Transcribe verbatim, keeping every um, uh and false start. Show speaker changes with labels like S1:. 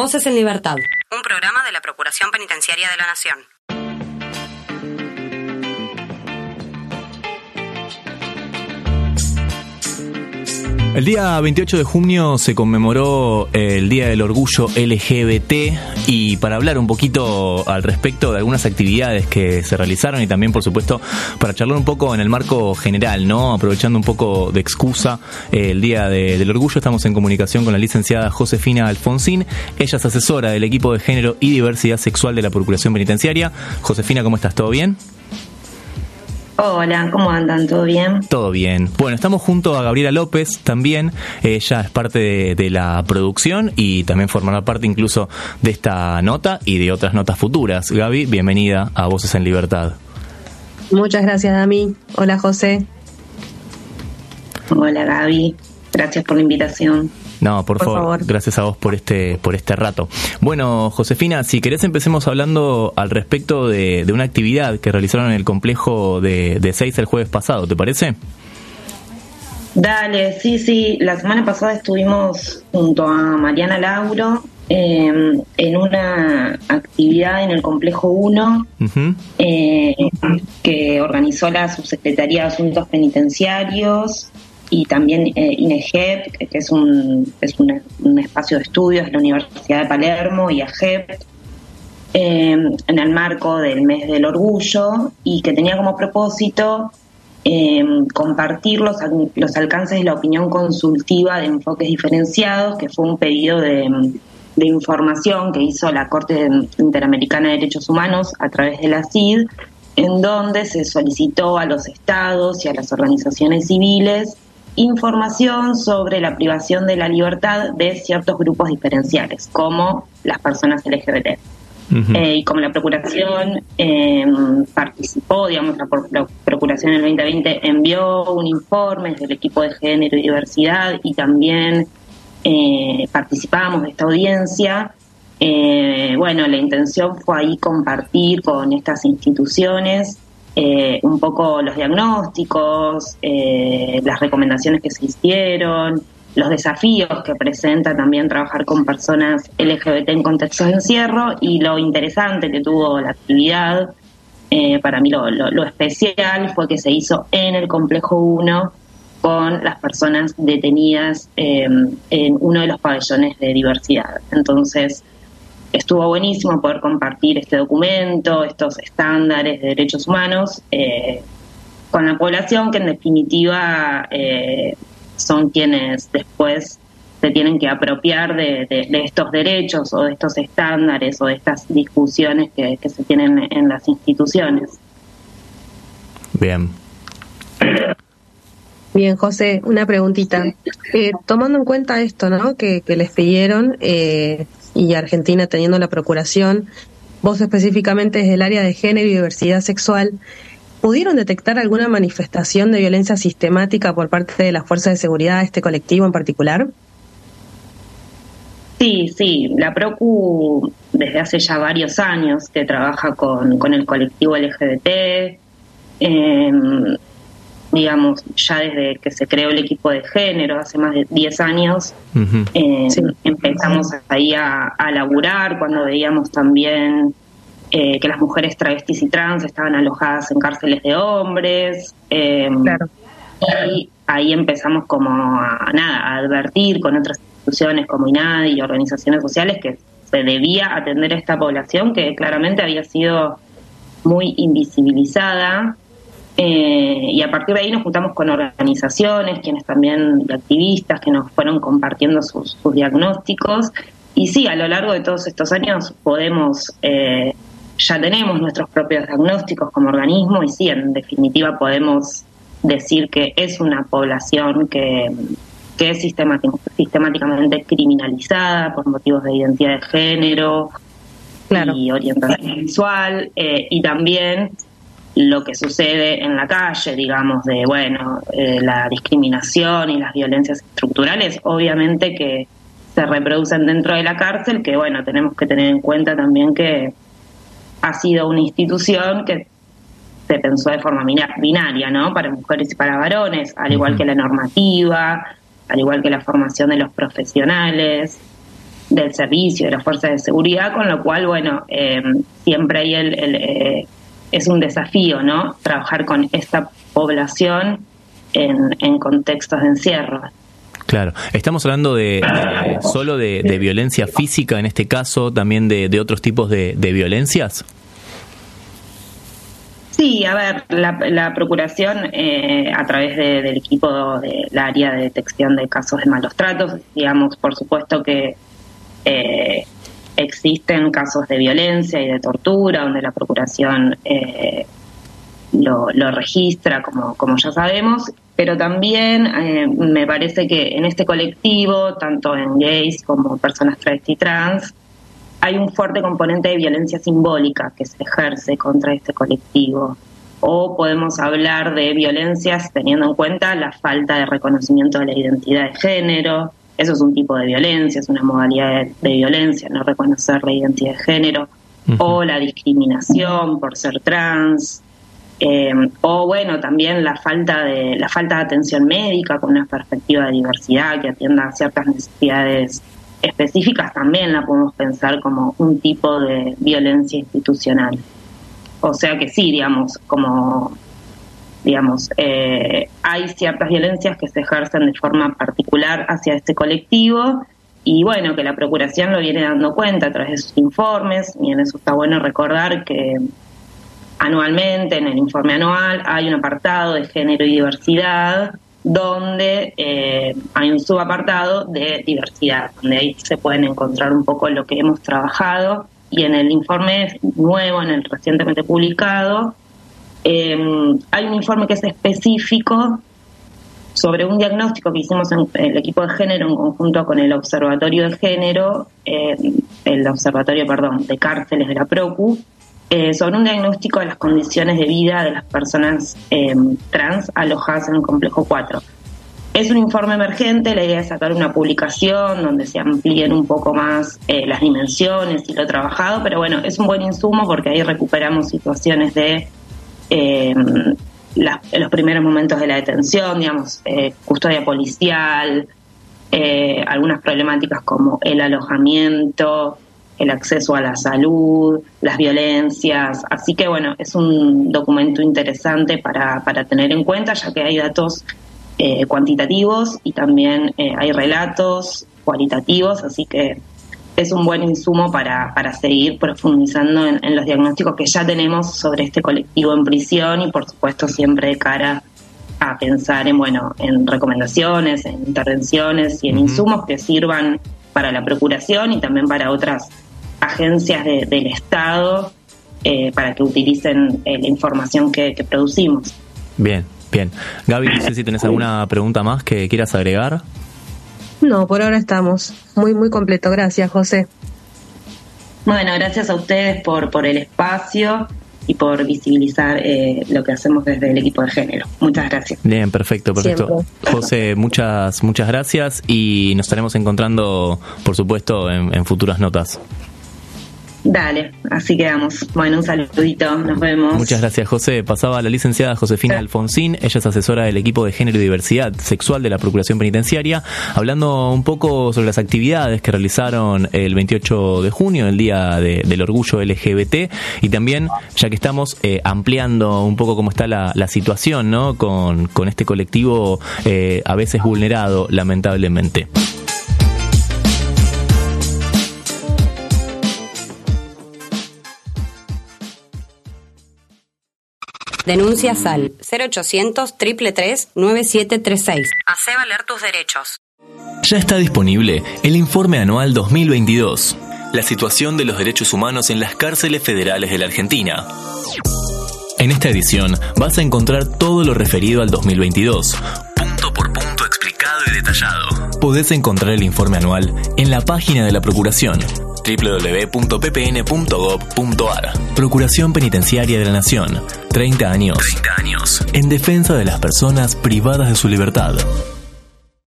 S1: Voces en Libertad.
S2: Un programa de la Procuración Penitenciaria de la Nación.
S3: El día veintiocho de junio se conmemoró el Día del Orgullo L G B T, y para hablar un poquito al respecto de algunas actividades que se realizaron y también, por supuesto, para charlar un poco en el marco general, ¿no? Aprovechando un poco de excusa eh, el Día de, del Orgullo, estamos en comunicación con la licenciada Josefina Alfonsín. Ella es asesora del equipo de Género y Diversidad Sexual de la Procuración Penitenciaria. Josefina, ¿cómo estás? ¿Todo bien?
S4: Hola, ¿cómo andan? ¿Todo bien?
S3: Todo bien. Bueno, estamos junto a Gabriela López también. Ella es parte de, de la producción y también formará parte incluso de esta nota y de otras notas futuras. Gaby, bienvenida a Voces en Libertad.
S5: Muchas gracias, Dami. Hola, José.
S4: Hola, Gaby. Gracias por la invitación.
S3: No, por,
S5: por
S3: favor,
S5: favor,
S3: gracias a vos por este por este rato. Bueno, Josefina, si querés empecemos hablando al respecto de, de una actividad que realizaron en el complejo de, de Seis el jueves pasado, ¿te parece?
S4: Dale, sí, sí. La semana pasada estuvimos junto a Mariana Lauro eh, en una actividad en el complejo uno uh-huh. eh, que organizó la Subsecretaría de Asuntos Penitenciarios y también eh, INEGEP, que es un es una, un espacio de estudios de la Universidad de Palermo, y AGEP, eh, en el marco del Mes del Orgullo, y que tenía como propósito eh, compartir los, los alcances de la opinión consultiva de enfoques diferenciados, que fue un pedido de, de información que hizo la Corte Interamericana de Derechos Humanos a través de la C I D, en donde se solicitó a los estados y a las organizaciones civiles información sobre la privación de la libertad de ciertos grupos diferenciales, como las personas L G B T. Uh-huh. Eh, y como la Procuración eh, participó, digamos, la, la Procuración en el veinte veinte envió un informe del equipo de Género y Diversidad, y también eh, participamos de esta audiencia. Eh, bueno, la intención fue ahí compartir con estas instituciones Eh, un poco los diagnósticos, eh, las recomendaciones que se hicieron, los desafíos que presenta también trabajar con personas L G B T en contextos de encierro, y lo interesante que tuvo la actividad, eh, para mí lo, lo, lo especial fue que se hizo en el complejo uno con las personas detenidas eh, en uno de los pabellones de diversidad. Entonces, estuvo buenísimo poder compartir este documento, estos estándares de derechos humanos, eh, con la población, que en definitiva eh, son quienes después se tienen que apropiar de, de, de estos derechos o de estos estándares o de estas discusiones que, que se tienen en las instituciones.
S3: Bien.
S5: Bien, José, una preguntita. Eh, tomando en cuenta esto, ¿no?, que, que les pidieron, eh, y Argentina teniendo la procuración, vos específicamente desde el área de género y diversidad sexual, ¿pudieron detectar alguna manifestación de violencia sistemática por parte de las fuerzas de seguridad de este colectivo en particular?
S4: Sí, sí, la Procu desde hace ya varios años que trabaja con, con el colectivo L G B T, eh, digamos, ya desde que se creó el equipo de género, hace más de diez años, uh-huh. eh, sí. empezamos ahí a, a laburar, cuando veíamos también eh, que las mujeres travestis y trans estaban alojadas en cárceles de hombres, eh, claro. y ahí empezamos como a, nada, a advertir con otras instituciones como INADI y organizaciones sociales que se debía atender a esta población que claramente había sido muy invisibilizada. Eh, y a partir de ahí nos juntamos con organizaciones, quienes también, activistas, que nos fueron compartiendo sus, sus diagnósticos. Y sí, a lo largo de todos estos años podemos, eh, ya tenemos nuestros propios diagnósticos como organismo, y sí, en definitiva podemos decir que es una población que, que es sistemátic- sistemáticamente criminalizada por motivos de identidad de género, claro. y orientación sexual, eh, y también lo que sucede en la calle, digamos, de, bueno, eh, la discriminación y las violencias estructurales, obviamente que se reproducen dentro de la cárcel, que, bueno, tenemos que tener en cuenta también que ha sido una institución que se pensó de forma binaria, ¿no?, para mujeres y para varones, al igual que la normativa, al igual que la formación de los profesionales. del servicio, de las fuerzas de seguridad, con lo cual, bueno, eh, siempre hay el, el eh, es un desafío, ¿no? Trabajar con esta población en, en contextos de encierro.
S3: Claro, estamos hablando de, de solo de, de violencia física en este caso, también de, de otros tipos de, de violencias.
S4: Sí, a ver, la, la Procuración, eh, a través de, del equipo del área de detección de casos de malos tratos, digamos, por supuesto que eh, existen casos de violencia y de tortura, donde la Procuración eh, lo, lo registra, como, como ya sabemos, pero también eh, me parece que en este colectivo, tanto en gays como personas travesti trans, hay un fuerte componente de violencia simbólica que se ejerce contra este colectivo. O podemos hablar de violencias teniendo en cuenta la falta de reconocimiento de la identidad de género. Eso es un tipo de violencia, es una modalidad de, de violencia, no reconocer la identidad de género. Uh-huh. O la discriminación por ser trans. Eh, o bueno, también la falta de la falta de atención médica con una perspectiva de diversidad que atienda a ciertas necesidades específicas, también la podemos pensar como un tipo de violencia institucional. O sea que sí, digamos, como digamos, eh, hay ciertas violencias que se ejercen de forma particular hacia este colectivo y bueno, que la Procuración lo viene dando cuenta a través de sus informes, y en eso está bueno recordar que anualmente, en el informe anual, hay un apartado de género y diversidad donde eh, hay un subapartado de diversidad, donde ahí se pueden encontrar un poco lo que hemos trabajado, y en el informe nuevo, en el recientemente publicado, eh, hay un informe que es específico sobre un diagnóstico que hicimos en el equipo de género en conjunto con el Observatorio de Género, eh, el Observatorio, perdón, de Cárceles de la Procu, Eh, sobre un diagnóstico de las condiciones de vida de las personas eh, trans alojadas en el Complejo cuatro. Es un informe emergente, la idea es sacar una publicación donde se amplíen un poco más eh, las dimensiones y lo trabajado, pero bueno, es un buen insumo porque ahí recuperamos situaciones de eh, las, los primeros momentos de la detención, digamos, eh, custodia policial, eh, algunas problemáticas como el alojamiento, el acceso a la salud, las violencias. Así que, bueno, es un documento interesante para, para tener en cuenta, ya que hay datos eh, cuantitativos y también eh, hay relatos cualitativos, así que es un buen insumo para, para seguir profundizando en, en los diagnósticos que ya tenemos sobre este colectivo en prisión y, por supuesto, siempre de cara a pensar en, bueno, en recomendaciones, en intervenciones y en uh-huh. insumos que sirvan para la Procuración y también para otras agencias de, del Estado eh, para que utilicen eh, la información que, que producimos.
S3: Bien, bien. Gaby, no sé si tenés alguna pregunta más que quieras agregar.
S5: No, por ahora estamos muy, muy completo. Gracias, José.
S4: Bueno, gracias a ustedes por, por el espacio y por visibilizar eh, lo que hacemos desde el equipo de género. Muchas gracias.
S3: Bien, perfecto, perfecto.
S5: Siempre.
S3: José, muchas, muchas gracias y nos estaremos encontrando, por supuesto, en, en futuras notas.
S4: Dale, así quedamos. Bueno, un saludito, nos vemos.
S3: Muchas gracias, José. Pasaba la licenciada Josefina Alfonsín, ella es asesora del equipo de género y diversidad sexual de la Procuración Penitenciaria, hablando un poco sobre las actividades que realizaron el veintiocho de junio, el Día de, del Orgullo L G B T, y también, ya que estamos eh, ampliando un poco cómo está la, la situación, ¿no? Con, con este colectivo eh, a veces vulnerado, lamentablemente.
S2: Denuncias al cero ochocientos, tres tres tres, nueve siete tres seis. Hacé valer tus derechos.
S3: Ya está disponible el Informe Anual dos mil veintidós, la situación de los derechos humanos en las cárceles federales de la Argentina. En esta edición vas a encontrar todo lo referido al dos mil veintidós, punto por punto explicado y detallado. Podés encontrar el informe anual en la página de la Procuración, doble u doble u doble u punto p p n punto gov punto a r. Procuración Penitenciaria de la Nación. treinta años. treinta años. En defensa de las personas privadas de su libertad.